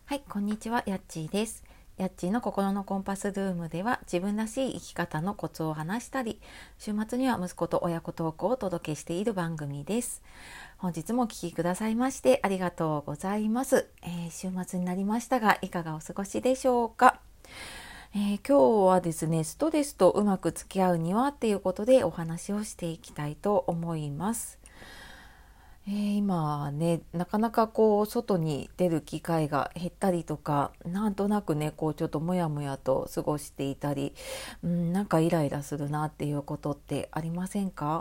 はい、こんにちは、やっちーです。やっちーの心のコンパスルームでは、自分らしい生き方のコツを話したり、週末には息子と親子トークをお届けしている番組です。本日もお聞きくださいましてありがとうございます。週末になりましたが、いかがお過ごしでしょうか。今日はですね、ストレスとうまく付き合うにはっていうことでお話をしていきたいと思います。今ね、なかなか外に出る機会が減ったりとか、なんとなくねちょっともやもやと過ごしていたり、なんかイライラするなっていうことってありませんか？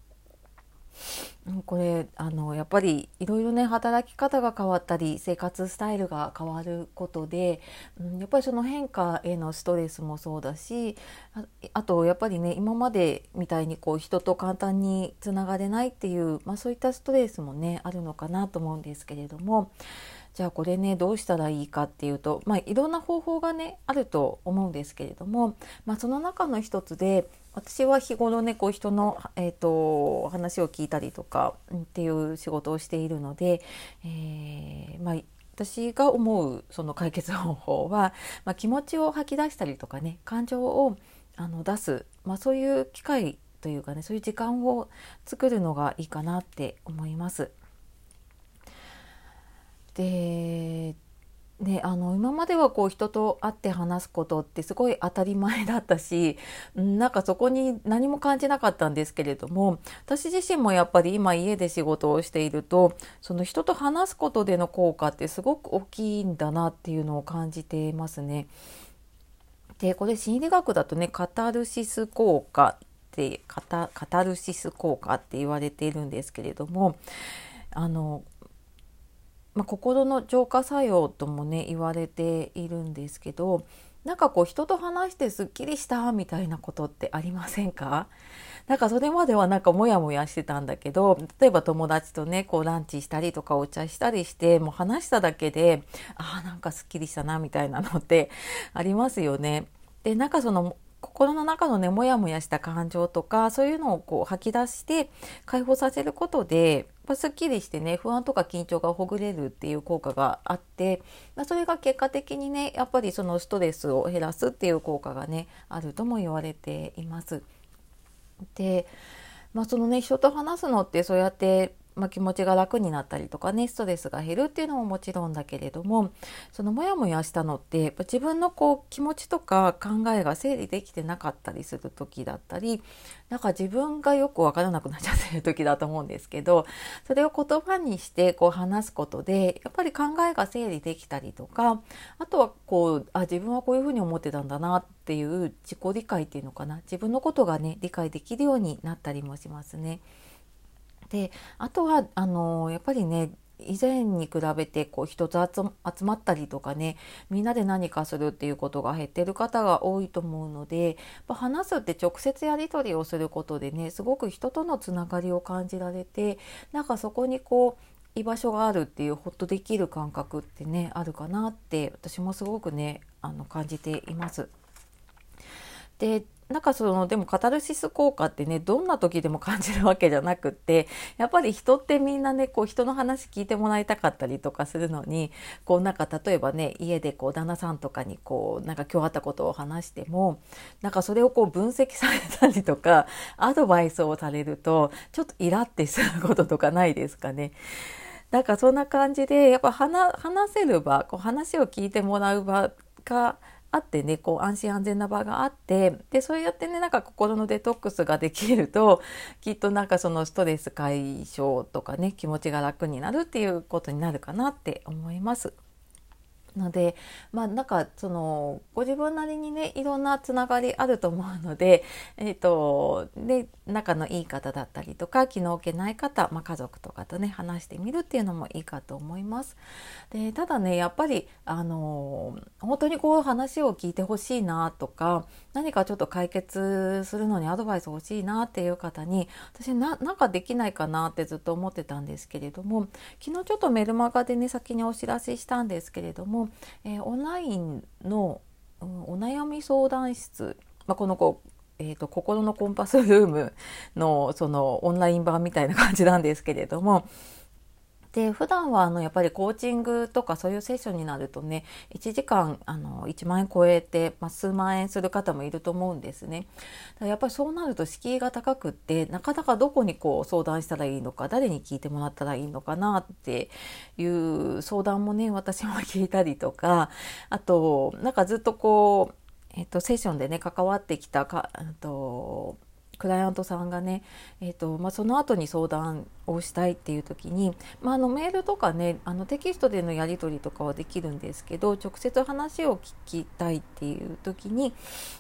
これやっぱりいろいろね、働き方が変わったり生活スタイルが変わることで、やっぱりその変化へのストレスもそうだし、あとやっぱりね、今までみたいに人と簡単につながれないっていう、そういったストレスもねあるのかなと思うんですけれども、じゃあこれねどうしたらいいかっていうと、いろんな方法がねあると思うんですけれども、その中の一つで、私は日頃ね人の、話を聞いたりとか、っていう仕事をしているので、私が思うその解決方法は、気持ちを吐き出したりとかね、感情を出す、そういう機会というかね、そういう時間を作るのがいいかなって思います。でね、今までは人と会って話すことってすごい当たり前だったし、なんかそこに何も感じなかったんですけれども、私自身もやっぱり今家で仕事をしていると、その人と話すことでの効果ってすごく大きいんだなっていうのを感じていますね。で、これ心理学だとね、カタルシス効果ってカタルシス効果って言われているんですけれども、あの心の浄化作用ともね言われているんですけど、なんか人と話してすっきりしたみたいなことってありませんか？なんかそれまではなんかモヤモヤしてたんだけど、例えば友達とねランチしたりとかお茶したりして、もう話しただけでなんかすっきりしたなみたいなのってありますよね。で、なんかその心の中のねモヤモヤした感情とか、そういうのを吐き出して解放させることで、すっきりしてね、不安とか緊張がほぐれるっていう効果があって、それが結果的にねやっぱりそのストレスを減らすっていう効果がねあるとも言われています。で、そのね、人と話すのってそうやって、気持ちが楽になったりとかね、ストレスが減るっていうのももちろんだけれども、そのモヤモヤしたのってやっぱ自分の気持ちとか考えが整理できてなかったりする時だったり、なんか自分がよくわからなくなっちゃってる時だと思うんですけど、それを言葉にして話すことでやっぱり考えが整理できたりとか、あとは自分はこういうふうに思ってたんだなっていう自己理解っていうのかな、自分のことがね理解できるようになったりもしますね。で、あとはやっぱりね、以前に比べて人と集まったりとかね、みんなで何かするっていうことが減ってる方が多いと思うので、話すって直接やり取りをすることでね、すごく人とのつながりを感じられて、なんかそこに居場所があるっていう、ほっとできる感覚ってねあるかなって、私もすごくね感じています。で、なんかでもカタルシス効果ってね、どんな時でも感じるわけじゃなくって、やっぱり人ってみんなね人の話聞いてもらいたかったりとかするのに、なんか例えばね、家で旦那さんとかになんか今日あったことを話しても、なんかそれを分析されたりとかアドバイスをされると、ちょっとイラってすることとかないですかね。なんかそんな感じで、やっぱ話せる場、話を聞いてもらう場があってね、安心安全な場があって、でそうやってね、なんか心のデトックスができると、きっとなんかそのストレス解消とかね、気持ちが楽になるっていうことになるかなって思います。ので、なんかご自分なりにねいろんなつながりあると思うので、で仲のいい方だったりとか、気の置けない方、家族とかとね話してみるっていうのもいいかと思います。で、ただね、やっぱり本当に話を聞いてほしいなとか、何かちょっと解決するのにアドバイス欲しいなっていう方に、私なんかできないかなってずっと思ってたんですけれども、昨日ちょっとメルマガでね先にお知らせしたんですけれども、オンラインの、お悩み相談室、この心のコンパスルームのそのオンライン版みたいな感じなんですけれども、 で普段はやっぱりコーチングとかそういうセッションになるとね、1時間1万円超えて、数万円する方もいると思うんですね。だからやっぱりそうなると敷居が高くって、なかなかどこに相談したらいいのか、誰に聞いてもらったらいいのかなっていう相談もね、私も聞いたりとか、あとなんかずっとセッションでね関わってきたクライアントさんがね、その後に相談をしたいっていう時に、メールとかねテキストでのやり取りとかはできるんですけど、直接話を聞きたいっていう時に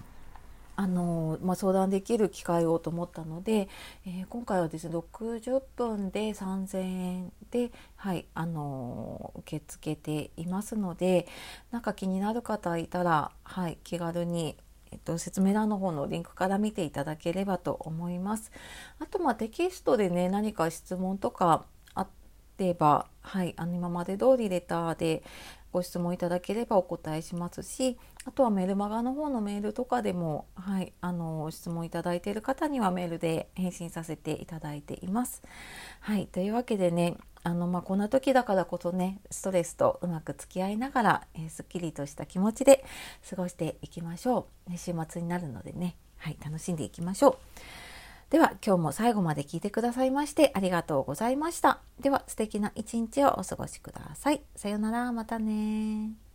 相談できる機会をと思ったので、今回はですね60分で3000円で、受け付けていますので、なんか気になる方いたら、気軽に説明欄の方のリンクから見ていただければと思います。あとテキストでね何か質問とかあれば、今まで通りレターでご質問いただければお答えしますし、あとはメルマガの方のメールとかでも、質問いただいている方にはメールで返信させていただいています。というわけでね、こんな時だからこそね、ストレスとうまく付き合いながら、すっきりとした気持ちで過ごしていきましょう。週末になるのでね、楽しんでいきましょう。では今日も最後まで聞いてくださいましてありがとうございました。では素敵な一日をお過ごしください。さようなら、またね。